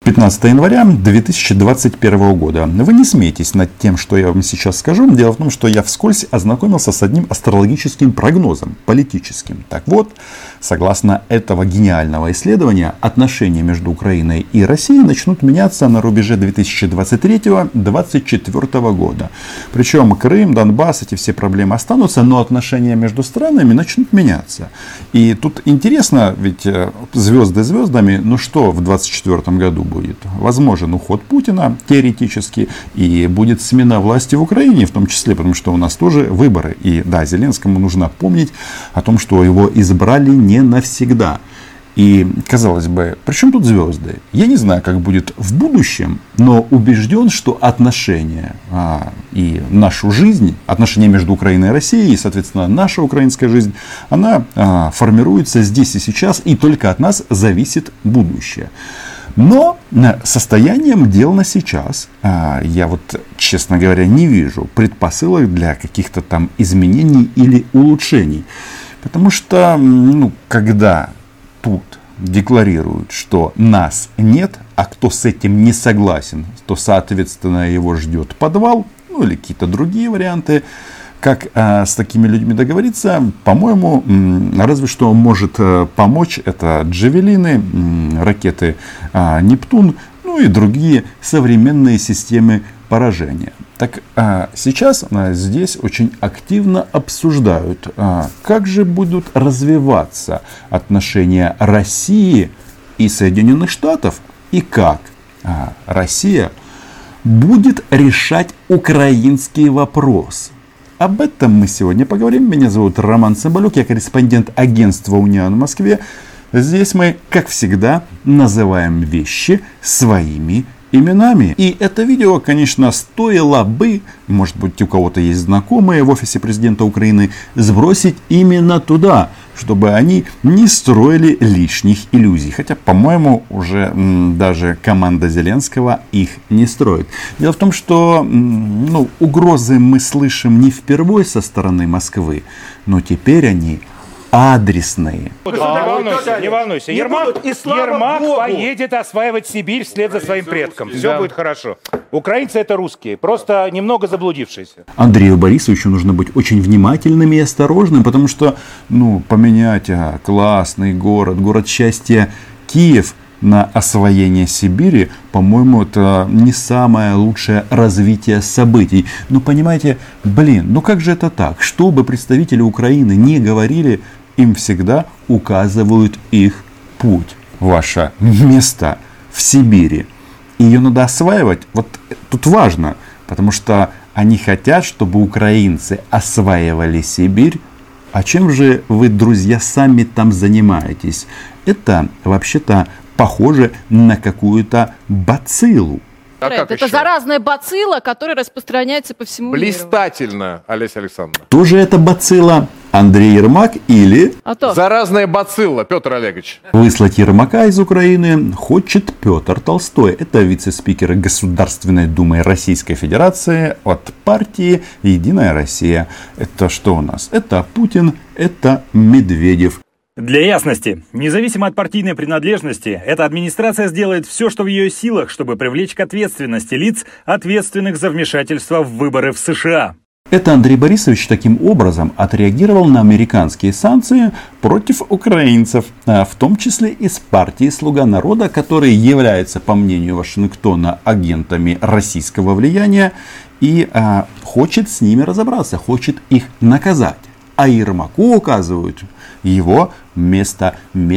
15 января 2021 года. Вы не смейтесь над тем, что я вам сейчас скажу. Дело в том, что я вскользь ознакомился с одним астрологическим прогнозом, политическим. Так вот, согласно этого гениального исследования, отношения между Украиной и Россией начнут меняться на рубеже 2023-2024 года. Причем Крым, Донбасс, эти все проблемы останутся, но отношения между странами начнут меняться. И тут интересно, ведь звезды звездами, ну что в 2024 году будет? Возможен уход Путина, теоретически, и будет смена власти в Украине, в том числе, потому что у нас тоже выборы. И да, Зеленскому нужно помнить о том, что его избрали не навсегда. И, казалось бы, при чем тут звезды? Я не знаю, как будет в будущем, но убежден, что отношения и нашу жизнь, отношения между Украиной и Россией, и, соответственно, наша украинская жизнь, она формируется здесь и сейчас, и только от нас зависит будущее. Но состоянием дел на сейчас я вот, честно говоря, не вижу предпосылок для каких-то там изменений или улучшений. Потому что, когда тут декларируют, что нас нет, а кто с этим не согласен, то, соответственно, его ждет подвал, или какие-то другие варианты. Как с такими людьми договориться, по-моему, разве что может помочь это джавелины, ракеты Нептун, и другие современные системы поражения. Так сейчас здесь очень активно обсуждают, как же будут развиваться отношения России и Соединенных Штатов, и как Россия будет решать украинский вопрос. Об этом мы сегодня поговорим. Меня зовут Роман Цымбалюк, я корреспондент агентства «Униан» в Москве. Здесь мы, как всегда, называем вещи своими именами. И это видео, конечно, стоило бы, может быть, у кого-то есть знакомые в офисе президента Украины, сбросить именно туда, чтобы они не строили лишних иллюзий. Хотя, по-моему, уже даже команда Зеленского их не строит. Дело в том, что угрозы мы слышим не впервые со стороны Москвы, но теперь они адресные. Не волнуйся. Ермак поедет осваивать Сибирь вслед за своим предком. Все будет хорошо. Украинцы — это русские, просто немного заблудившиеся. Андрею Борисовичу нужно быть очень внимательным и осторожным, потому что, поменять классный город счастья Киев на освоение Сибири, по-моему, это не самое лучшее развитие событий. Понимаете, как же это так? Что бы представители Украины не говорили, им всегда указывают их путь. Ваше место в Сибири. Ее надо осваивать. Вот тут важно, потому что они хотят, чтобы украинцы осваивали Сибирь. А чем же вы, друзья, сами там занимаетесь? Это вообще-то похоже на какую-то бациллу. Это заразная бацилла, которая распространяется по всему миру. Блистательно, Олеся Александровна. Кто же это бацилла? Андрей Ермак или... Заразная бацилла, Петр Олегович. Выслать Ермака из Украины хочет Петр Толстой. Это вице-спикер Государственной Думы Российской Федерации от партии «Единая Россия». Это что у нас? Это Путин, это Медведев. Для ясности, независимо от партийной принадлежности, эта администрация сделает все, что в ее силах, чтобы привлечь к ответственности лиц, ответственных за вмешательство в выборы в США. Это Андрей Борисович таким образом отреагировал на американские санкции против украинцев, в том числе из партии «Слуга народа», которые являются, по мнению Вашингтона, агентами российского влияния и хочет с ними разобраться, хочет их наказать. А Ермаку указывают его место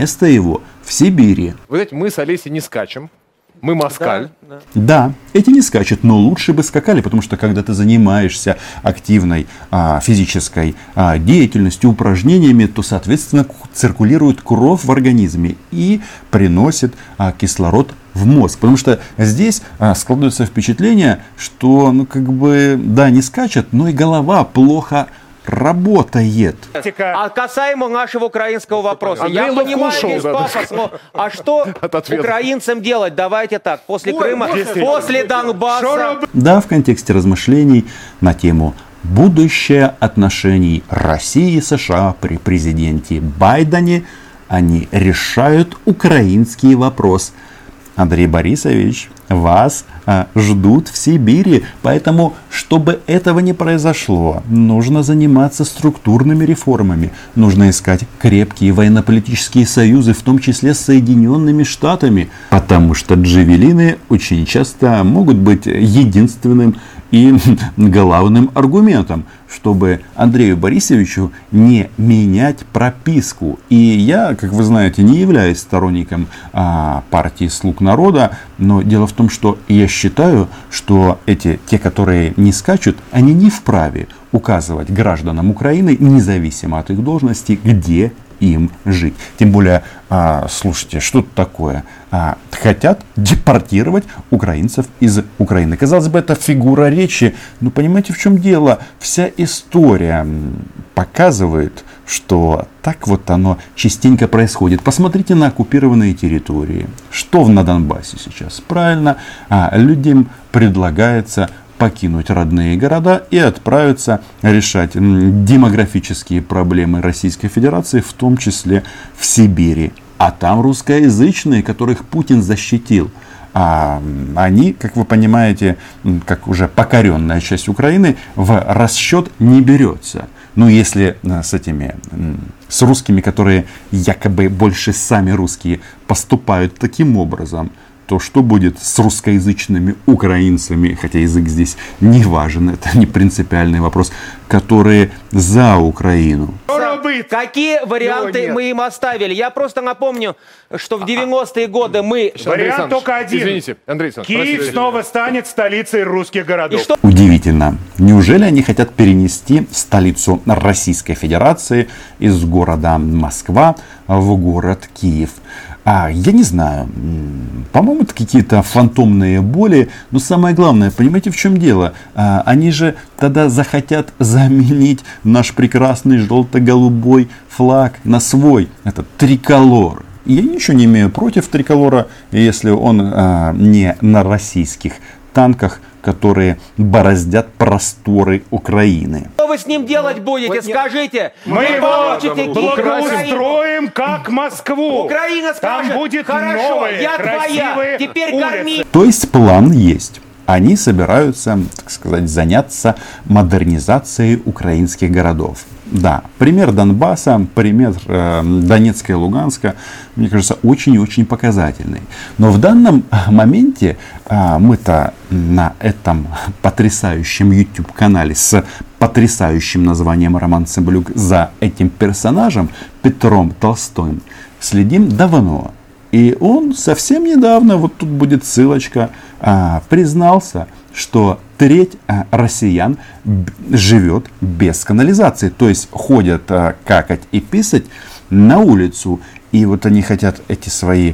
его в Сибири. Вы знаете, мы с Олесей не скачем. Мы москаль. Да, эти не скачут, но лучше бы скакали, потому что когда ты занимаешься активной физической деятельностью, упражнениями, то, соответственно, циркулирует кровь в организме и приносит кислород в мозг. Потому что здесь складывается впечатление, что, не скачет, но и голова плохо работает. А касаемо нашего украинского вопроса. Я понимаю весь пафос, но что украинцам делать? Давайте так, после Крыма, после Донбасса. Да, в контексте размышлений на тему будущее отношений России и США при президенте Байдене они решают украинский вопрос. Андрей Борисович, вас ждут в Сибири. Поэтому, чтобы этого не произошло, нужно заниматься структурными реформами. Нужно искать крепкие военно-политические союзы, в том числе с Соединенными Штатами. Потому что джавелины очень часто могут быть единственным и главным аргументом, чтобы Андрею Борисовичу не менять прописку. И я, как вы знаете, не являюсь сторонником партии «Слуг народа», но дело в том, что я считаю, что те, которые не скачут, они не вправе указывать гражданам Украины, независимо от их должности, где им жить. Тем более, слушайте, что тут такое? Хотят депортировать украинцев из Украины. Казалось бы, это фигура речи. Но понимаете, в чем дело? Вся история показывает, что так вот оно частенько происходит. Посмотрите на оккупированные территории. Что на Донбассе сейчас? Правильно, людям предлагается покинуть родные города и отправиться решать демографические проблемы Российской Федерации, в том числе в Сибири. А там русскоязычные, которых Путин защитил. Они, как вы понимаете, как уже покоренная часть Украины, в расчет не берется. Ну, если с русскими, которые якобы больше сами русские, поступают таким образом, то что будет с русскоязычными украинцами, хотя язык здесь не важен, это не принципиальный вопрос, которые за Украину. Какие варианты мы им оставили? Я просто напомню, что в 90-е годы мы... Вариант только один. Извините, Андрей Александрович. Киев снова станет столицей русских городов. Удивительно. Неужели они хотят перенести столицу Российской Федерации из города Москва в город Киев? Я не знаю. По-моему, это какие-то фантомные боли. Но самое главное, понимаете, в чем дело? Они же тогда захотят заменить наш прекрасный желто-голубой флаг на свой. Это триколор. Я ничего не имею против триколора, если он не на российских танках, которые бороздят просторы Украины. Что вы с ним делать будете? Скажите. Мы его благоустроим, как Москву. Украина скажет: там будет хорошо, новые, я твоя, красивые теперь улицы. корми. То есть план есть. Они собираются, так сказать, заняться модернизацией украинских городов. Да, пример Донбасса, пример Донецка и Луганска, мне кажется, очень и очень показательный. Но в данном моменте мы-то на этом потрясающем YouTube-канале с потрясающим названием «Роман Цымбалюк» за этим персонажем Петром Толстым следим давно. И он совсем недавно, вот тут будет ссылочка, признался, что треть россиян живет без канализации. То есть ходят какать и писать на улицу. И вот они хотят эти свои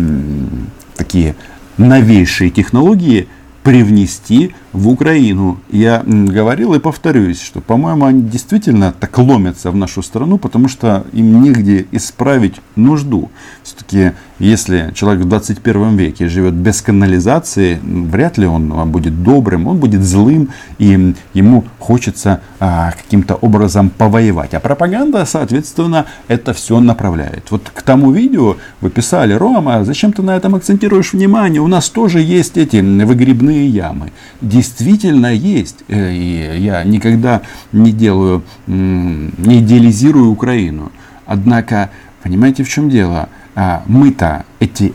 такие новейшие технологии привнести в Украину. Я говорил и повторюсь, что, по-моему, они действительно так ломятся в нашу страну, потому что им негде исправить нужду. Все-таки, если человек в 21 веке живет без канализации, вряд ли он будет добрым, он будет злым, и ему хочется каким-то образом повоевать. А пропаганда, соответственно, это все направляет. Вот к тому видео вы писали: Рома, зачем ты на этом акцентируешь внимание? У нас тоже есть эти выгребные ямы. Действительно есть. И я никогда не идеализирую Украину. Однако, понимаете, в чем дело? Мы-то эти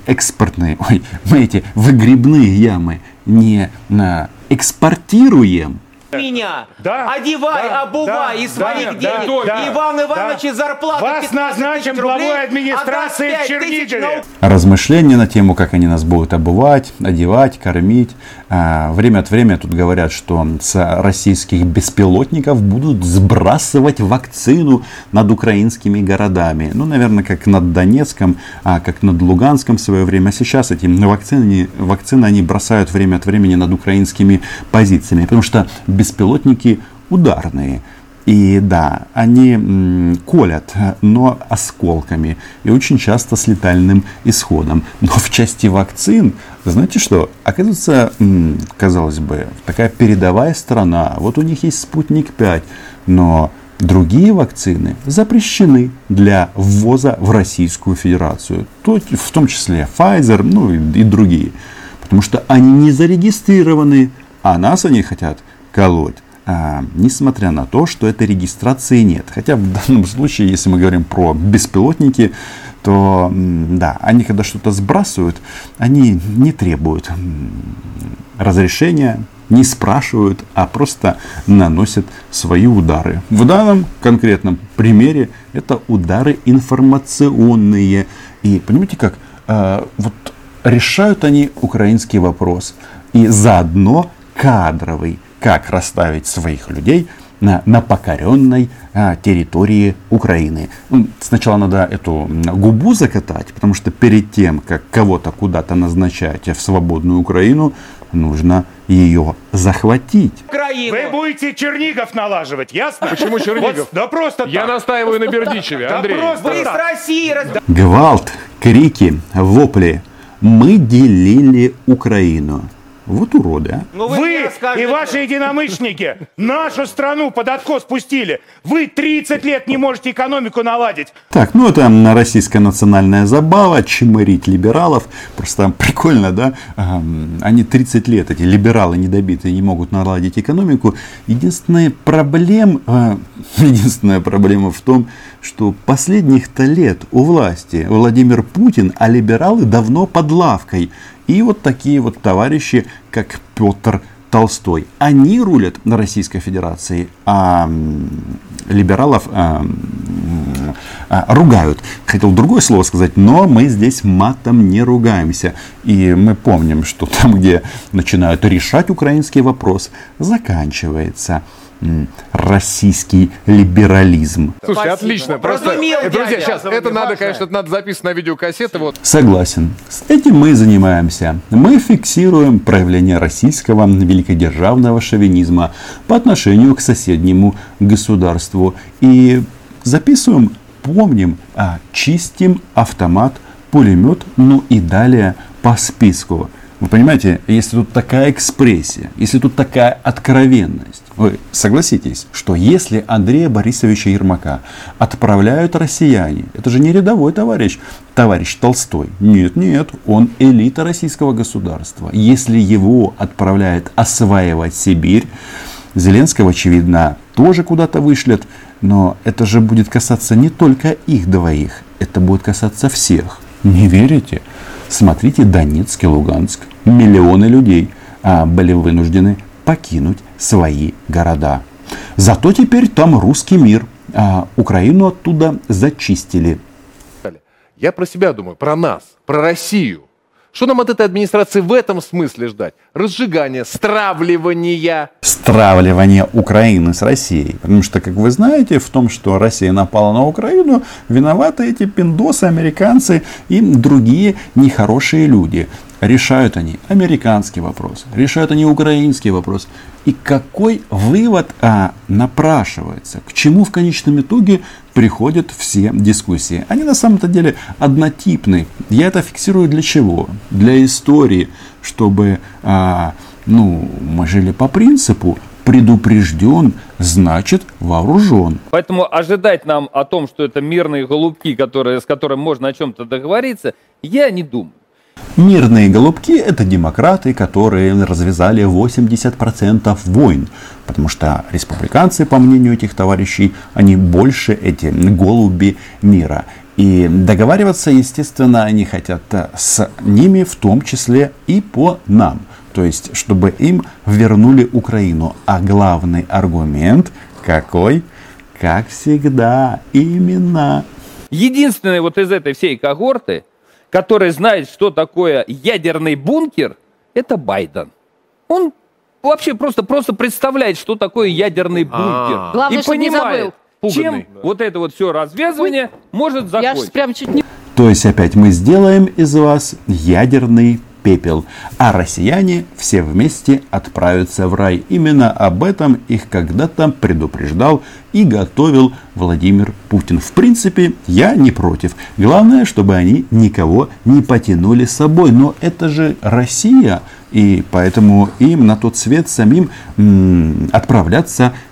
мы эти выгребные ямы не экспортируем. Меня одевай, обувай из своих денег. Иван Иванович зарплату вас назначим главой администрации в Чернигове. Размышления на тему, как они нас будут обувать, одевать, кормить. Время от времени тут говорят, что с российских беспилотников будут сбрасывать вакцину над украинскими городами. Ну, наверное, как над Донецком, как над Луганском в свое время. Сейчас эти вакцины они бросают время от времени над украинскими позициями. Потому что беспилотники ударные. И да, они колят, но осколками. И очень часто с летальным исходом. Но в части вакцин, знаете что? Оказывается, казалось бы, такая передовая страна. Вот у них есть «Спутник-5». Но Другие вакцины запрещены для ввоза в Российскую Федерацию, в том числе Pfizer, ну и другие, потому что они не зарегистрированы, а нас они хотят колоть. Несмотря на то, что этой регистрации нет. Хотя в данном случае, если мы говорим про беспилотники, то да, они когда что-то сбрасывают, они не требуют разрешения, не спрашивают, а просто наносят свои удары. В данном конкретном примере это удары информационные. И понимаете как, вот решают они украинский вопрос и заодно кадровый. Как расставить своих людей на покоренной территории Украины. Сначала надо эту губу закатать, потому что перед тем, как кого-то куда-то назначать в свободную Украину, нужно ее захватить. Вы будете Чернигов налаживать, ясно? Почему Чернигов? Вот, да просто Я так. настаиваю на Бердичеве, Андрей. Да просто Вы с Россией Гвалт, крики, вопли. Мы делили Украину. Вот уроды, а. Ну, Вы и ваши единомышленники нашу страну под откос пустили. Вы 30 лет не можете экономику наладить. Так, ну это российская национальная забава, чмырить либералов. Просто прикольно, да? Они 30 лет, эти либералы недобитые, не могут наладить экономику. Единственная проблема в том, что последних-то лет у власти Владимир Путин, а либералы давно под лавкой. И вот такие вот товарищи, как Петр Толстой, они рулят на Российской Федерации, а либералов ругают. Хотел другое слово сказать, но мы здесь матом не ругаемся. И мы помним, что там, где начинают решать украинский вопрос, заканчивается российский либерализм. Слушай, отлично. Просто, друзья, сейчас, это надо, конечно, надо записывать на видеокассеты. Вот. Согласен. С этим мы и занимаемся. Мы фиксируем проявление российского великодержавного шовинизма по отношению к соседнему государству. И записываем, помним, чистим автомат, пулемет, ну и далее по списку. Вы понимаете, если тут такая экспрессия, если тут такая откровенность, вы согласитесь, что если Андрея Борисовича Ермака отправляют россияне, это же не рядовой товарищ Толстой. Нет, он элита российского государства. Если его отправляют осваивать Сибирь, Зеленского, очевидно, тоже куда-то вышлет, но это же будет касаться не только их двоих, это будет касаться всех. Не верите? Смотрите Донецк и Луганск. Миллионы людей были вынуждены покинуть свои города. Зато теперь там русский мир. Украину оттуда зачистили. Я про себя думаю, про нас, про Россию. Что нам от этой администрации в этом смысле ждать? Разжигание, стравливание. Стравливание Украины с Россией. Потому что, как вы знаете, в том, что Россия напала на Украину, виноваты эти пиндосы, американцы и другие нехорошие люди. Решают они американский вопрос, решают они украинский вопрос. И какой вывод напрашивается? К чему в конечном итоге приходят все дискуссии? Они на самом-то деле однотипны. Я это фиксирую для чего? Для истории, чтобы мы жили по принципу предупрежден, значит вооружен. Поэтому ожидать нам о том, что это мирные голубки, с которыми можно о чем-то договориться, я не думаю. Мирные голубки — это демократы, которые развязали 80% войн. Потому что республиканцы, по мнению этих товарищей, они больше эти голуби мира. И договариваться, естественно, они хотят с ними, в том числе и по нам. То есть, чтобы им вернули Украину. А главный аргумент какой? Как всегда, именно. Единственный вот из этой всей когорты, который знает, что такое ядерный бункер, это Байден. Он вообще просто представляет, что такое ядерный бункер. Главное, и чтобы не понимает, забыл. чем вот это вот все развязывание может Я закончиться. ж прям чуть не... То есть опять мы сделаем из вас ядерный пепел, а россияне все вместе отправятся в рай. Именно об этом их когда-то предупреждал и готовил Владимир Путин. В принципе, я не против. Главное, чтобы они никого не потянули с собой. Но это же Россия, и поэтому им на тот свет самим отправляться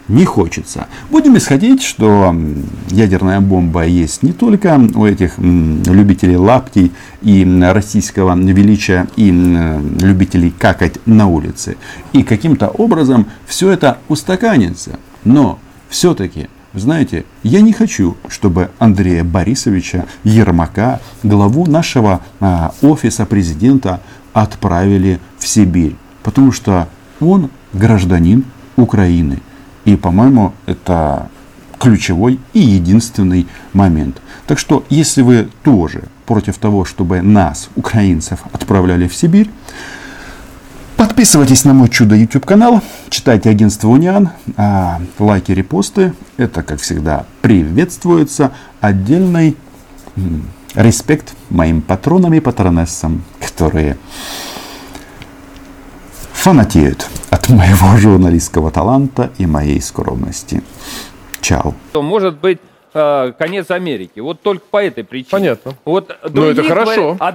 не хочется. Будем исходить, что ядерная бомба есть не только у этих любителей лаптей и российского величия, и любителей какать на улице. И каким-то образом все это устаканится. Но все-таки, знаете, я не хочу, чтобы Андрея Борисовича Ермака, главу нашего офиса президента, отправили в Сибирь. Потому что он гражданин Украины. И, по-моему, это ключевой и единственный момент. Так что, если вы тоже против того, чтобы нас, украинцев, отправляли в Сибирь, подписывайтесь на мой чудо YouTube канал, читайте агентство Униан, лайки, репосты. Это, как всегда, приветствуется. Отдельный респект моим патронам и патронессам, которые фанатеют от моего журналистского таланта и моей скромности. Чао. Может быть конец Америки. Вот только по этой причине. Понятно. Вот но это хорошо.